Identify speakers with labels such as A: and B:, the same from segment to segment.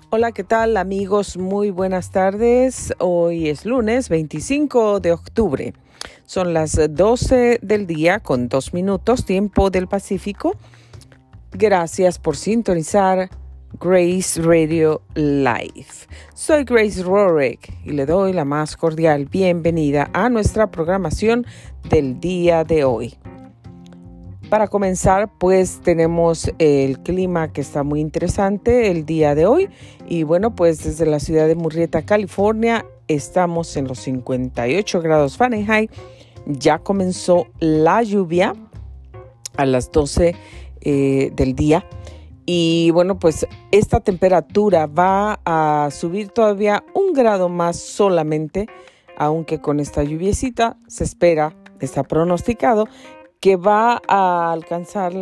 A: Hola, ¿qué tal amigos? Muy buenas tardes. Hoy es lunes 25 de octubre. Son las 12 del día con 2 minutos, tiempo del Pacífico. Gracias por sintonizar Grace Radio Live. Soy Grace Rorick y le doy la más cordial bienvenida a nuestra programación del día de hoy. Para comenzar, pues tenemos el clima que está muy interesante el día de hoy. Y bueno, pues desde la ciudad de Murrieta, California, estamos en los 58 grados Fahrenheit. Ya comenzó la lluvia a las 12 del día. Y bueno, pues esta temperatura va a subir todavía 1 grado más solamente, aunque con esta lluviecita se espera, está pronosticado, que va a alcanzar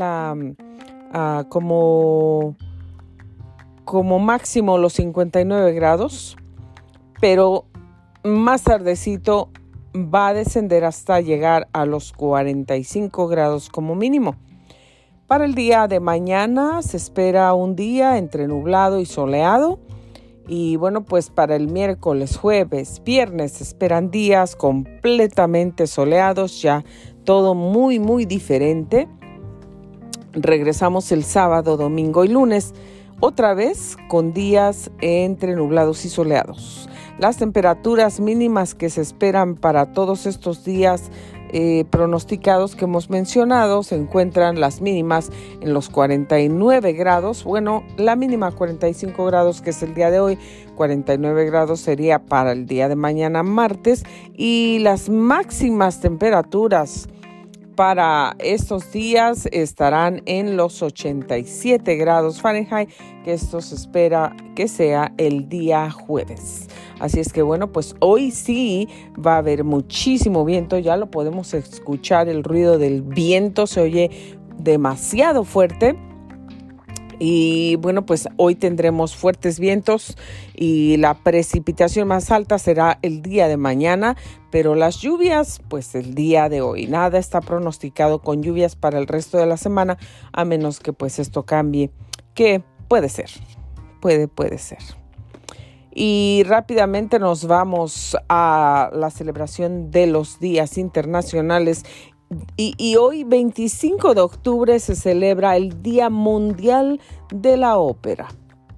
A: como máximo los 59 grados, pero más tardecito va a descender hasta llegar a los 45 grados como mínimo. Para el día de mañana se espera un día entre nublado y soleado. Y bueno, pues para el miércoles, jueves, viernes se esperan días completamente soleados, ya todo muy, muy diferente. Regresamos el sábado, domingo y lunes, otra vez con días entre nublados y soleados. Las temperaturas mínimas que se esperan para todos estos días pronosticados que hemos mencionado, se encuentran las mínimas en los 49 grados. Bueno, la mínima 45 grados, que es el día de hoy. 49 grados sería para el día de mañana, martes. Y las máximas temperaturas para estos días estarán en los 87 grados Fahrenheit, que esto se espera que sea el día jueves. Así es que bueno, pues hoy sí va a haber muchísimo viento, ya lo podemos escuchar, el ruido del viento se oye demasiado fuerte. Y bueno, pues hoy tendremos fuertes vientos y la precipitación más alta será el día de mañana, pero las lluvias, pues el día de hoy. Nada está pronosticado con lluvias para el resto de la semana, a menos que pues esto cambie, que puede ser, puede ser. Y rápidamente nos vamos a la celebración de los días internacionales. Y hoy, 25 de octubre, se celebra el Día Mundial de la Ópera.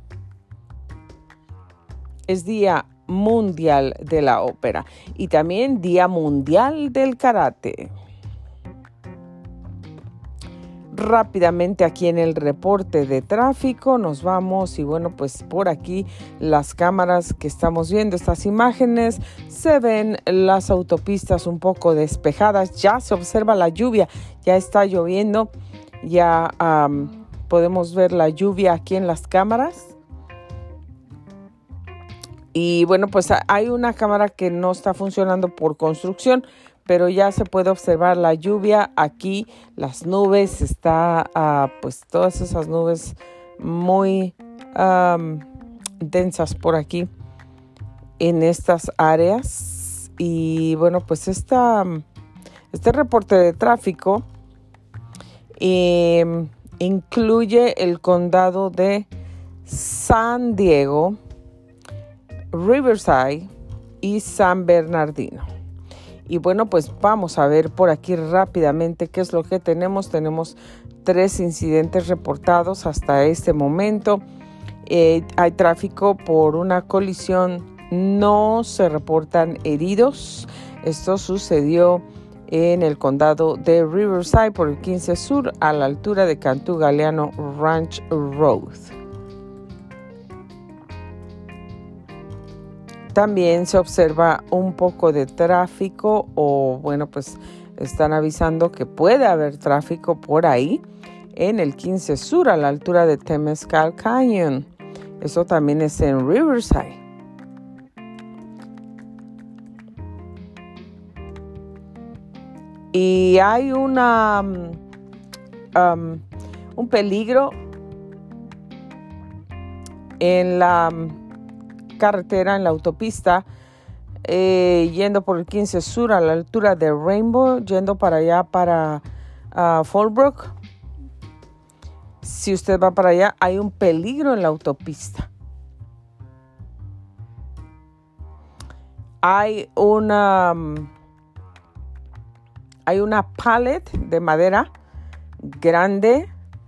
A: Es Día Mundial de la Ópera. Y también Día Mundial del Karate. Rápidamente aquí en el reporte de tráfico nos vamos y bueno, pues por aquí las cámaras que estamos viendo, estas imágenes, se ven las autopistas un poco despejadas, ya se observa la lluvia, ya está lloviendo, ya podemos ver la lluvia aquí en las cámaras. Y bueno, pues hay una cámara que no está funcionando por construcción, pero ya se puede observar la lluvia aquí, las nubes, está pues todas esas nubes muy densas por aquí en estas áreas. Y bueno, pues este reporte de tráfico incluye el condado de San Diego, Riverside y San Bernardino. Y bueno, pues vamos a ver por aquí rápidamente qué es lo que tenemos. Tenemos 3 incidentes reportados hasta este momento. Hay tráfico por una colisión. No se reportan heridos. Esto sucedió en el condado de Riverside por el 15 Sur a la altura de Cantú Galeano Ranch Road. También se observa un poco de tráfico o bueno, pues están avisando que puede haber tráfico por ahí en el 15 Sur a la altura de Temescal Canyon. Eso también es en Riverside. Y hay un peligro en la carretera, en la autopista, yendo por el 15 Sur a la altura de Rainbow, yendo para allá, para Fallbrook. Si usted va para allá, hay un peligro en la autopista. Hay una pallet de madera grande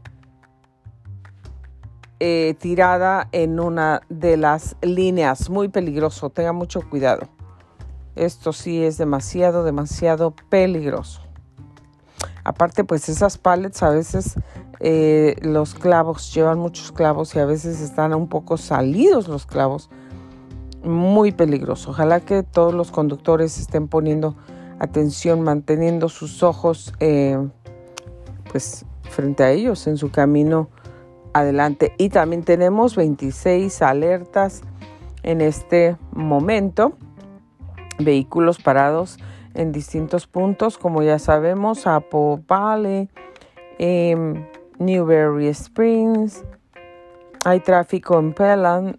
A: tirada en una de las líneas. Muy peligroso, tenga mucho cuidado. Esto sí es demasiado peligroso. Aparte, pues esas pallets a veces los clavos llevan muchos clavos y a veces están un poco salidos los clavos. Muy peligroso. Ojalá que todos los conductores estén poniendo atención, manteniendo sus ojos pues frente a ellos en su camino adelante. Y también tenemos 26 alertas en este momento. Vehículos parados en distintos puntos, como ya sabemos, Apple Valley, Newberry Springs. Hay tráfico en Pelan.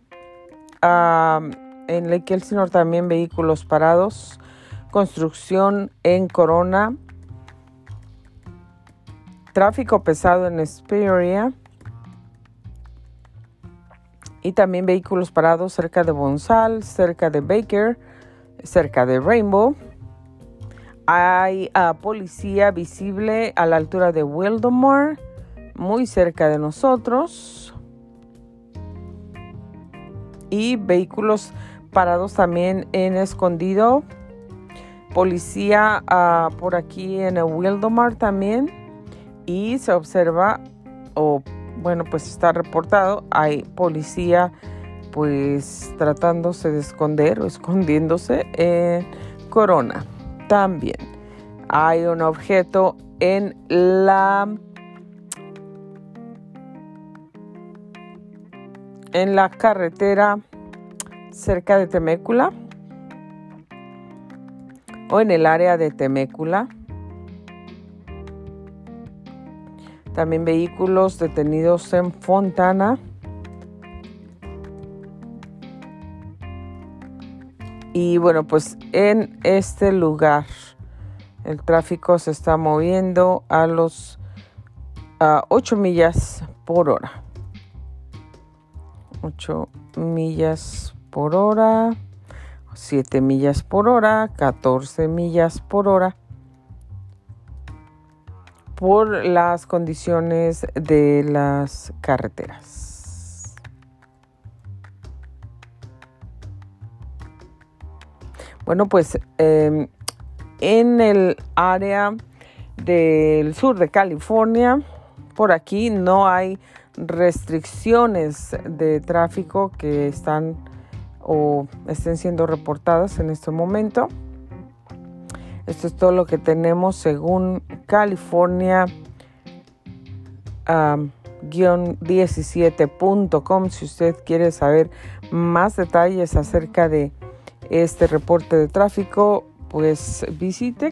A: En Lake Elsinore también vehículos parados. Construcción en Corona. Tráfico pesado en Hesperia. Y también vehículos parados cerca de Bonsall, cerca de Baker, cerca de Rainbow. Hay policía visible a la altura de Wildomore, muy cerca de nosotros. Y vehículos parados también en Escondido. Policía por aquí en Wildomore también. Y se observa, pues está reportado, hay policía pues tratándose de esconder o escondiéndose en Corona. También hay un objeto en la carretera cerca de Temecula o en el área de Temecula. También vehículos detenidos en Fontana. Y bueno, pues en este lugar el tráfico se está moviendo a los 8 millas por hora. 8 millas por hora, 7 millas por hora, 14 millas por hora. Por las condiciones de las carreteras. Bueno, pues en el área del sur de California, por aquí no hay restricciones de tráfico que están o estén siendo reportadas en este momento. Esto es todo lo que tenemos según California-17.com. Si usted quiere saber más detalles acerca de este reporte de tráfico, pues visite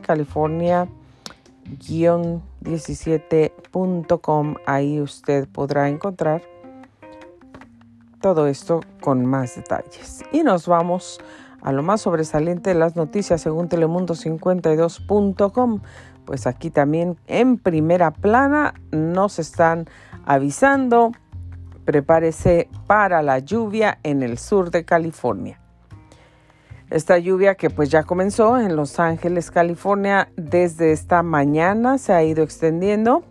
A: California-17.com. Ahí usted podrá encontrar todo esto con más detalles. Y nos vamos a lo más sobresaliente de las noticias según Telemundo52.com. Pues aquí también en primera plana nos están avisando, prepárese para la lluvia en el sur de California. Esta lluvia que pues ya comenzó en Los Ángeles, California, desde esta mañana se ha ido extendiendo.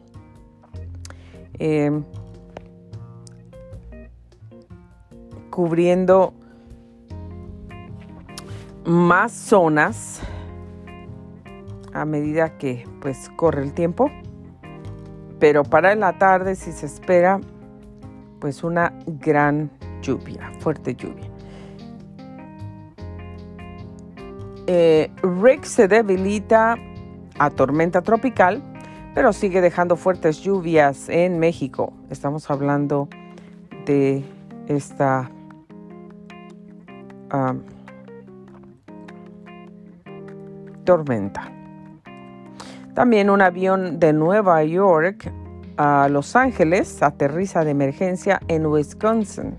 A: Cubriendo más zonas a medida que pues corre el tiempo, pero para la tarde sí se espera pues una gran lluvia, fuerte lluvia. Rick se debilita a tormenta tropical, pero sigue dejando fuertes lluvias en México. Estamos hablando de esta tormenta. También un avión de Nueva York a Los Ángeles aterriza de emergencia en Wisconsin.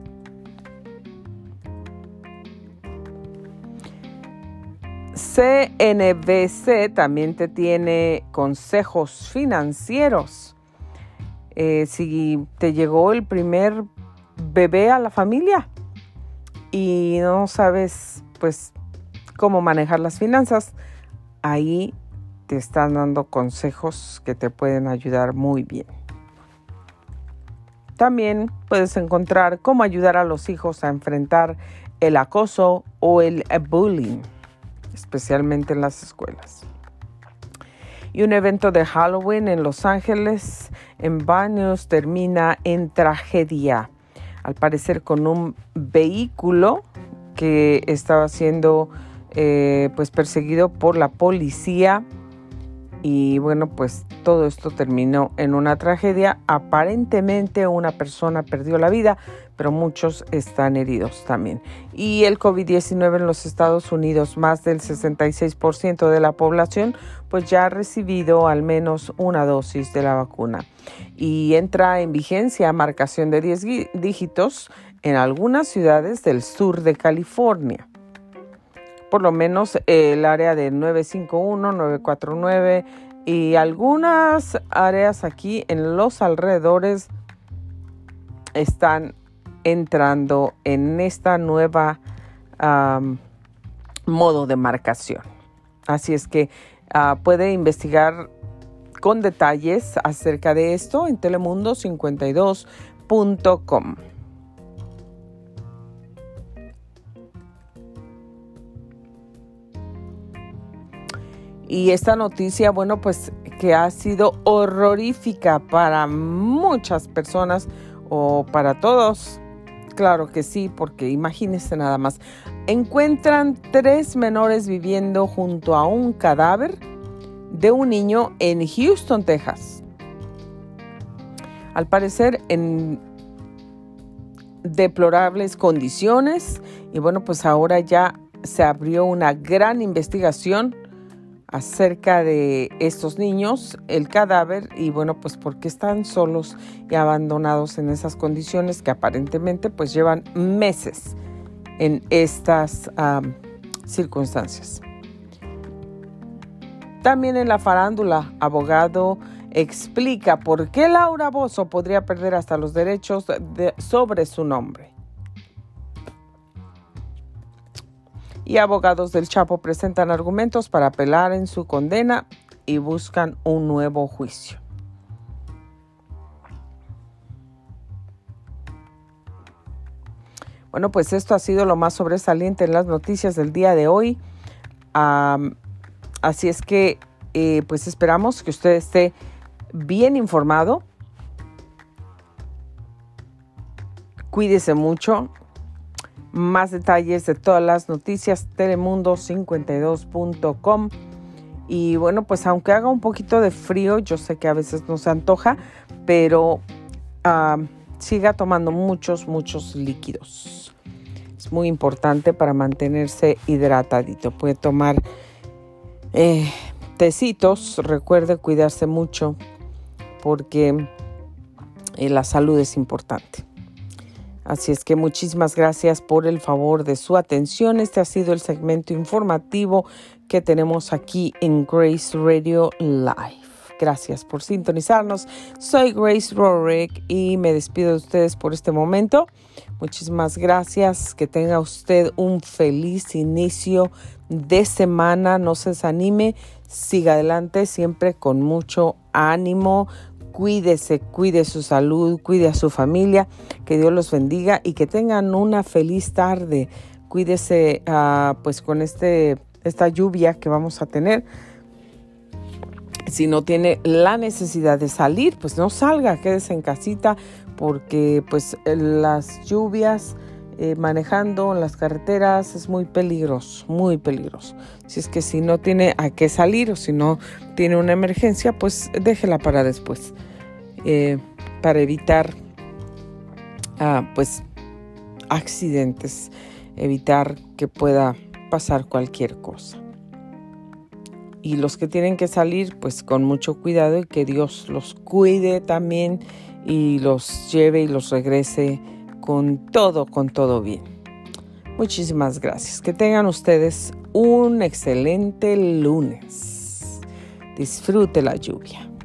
A: CNBC también te tiene consejos financieros. Si te llegó el primer bebé a la familia y no sabes pues cómo manejar las finanzas. Ahí te están dando consejos que te pueden ayudar muy bien. También puedes encontrar cómo ayudar a los hijos a enfrentar el acoso o el bullying, especialmente en las escuelas. Y un evento de Halloween en Los Ángeles, en Baños, termina en tragedia. Al parecer con un vehículo que estaba siendo perseguido por la policía. Y bueno, pues todo esto terminó en una tragedia. Aparentemente una persona perdió la vida, pero muchos están heridos también. Y el COVID-19 en los Estados Unidos, más del 66% de la población, pues ya ha recibido al menos una dosis de la vacuna. Y entra en vigencia marcación de 10 dígitos en algunas ciudades del sur de California. Por lo menos el área de 951, 949 y algunas áreas aquí en los alrededores están entrando en esta nueva modo de marcación. Así es que puede investigar con detalles acerca de esto en telemundo52.com. Y esta noticia, bueno, pues que ha sido horrorífica para muchas personas o para todos. Claro que sí, porque imagínense nada más. Encuentran 3 menores viviendo junto a un cadáver de un niño en Houston, Texas. Al parecer en deplorables condiciones. Y bueno, pues ahora ya se abrió una gran investigación acerca de estos niños, el cadáver y bueno, pues porque están solos y abandonados en esas condiciones que aparentemente pues llevan meses en estas circunstancias. También en la farándula, abogado explica por qué Laura Bozzo podría perder hasta los derechos sobre su nombre. Y abogados del Chapo presentan argumentos para apelar en su condena y buscan un nuevo juicio. Bueno, pues esto ha sido lo más sobresaliente en las noticias del día de hoy. Así es que pues esperamos que usted esté bien informado. Cuídese mucho. Más detalles de todas las noticias, telemundo52.com. Y bueno, pues aunque haga un poquito de frío, yo sé que a veces no se antoja, pero siga tomando muchos líquidos. Es muy importante para mantenerse hidratadito. Puede tomar tecitos. Recuerde cuidarse mucho porque la salud es importante. Así es que muchísimas gracias por el favor de su atención. Este ha sido el segmento informativo que tenemos aquí en Grace Radio Live. Gracias por sintonizarnos. Soy Grace Rorick y me despido de ustedes por este momento. Muchísimas gracias. Que tenga usted un feliz inicio de semana. No se desanime. Siga adelante siempre con mucho ánimo. Cuídese, cuide su salud, cuide a su familia, que Dios los bendiga y que tengan una feliz tarde. Cuídese pues con esta lluvia que vamos a tener. Si no tiene la necesidad de salir, pues no salga, quédese en casita porque pues las lluvias manejando en las carreteras es muy peligroso, muy peligroso. Si es que si no tiene a qué salir o si no tiene una emergencia, pues déjela para después, para evitar pues accidentes, evitar que pueda pasar cualquier cosa. Y los que tienen que salir, pues con mucho cuidado y que Dios los cuide también y los lleve y los regrese con todo bien. Muchísimas gracias. Que tengan ustedes un excelente lunes. Disfrute la lluvia.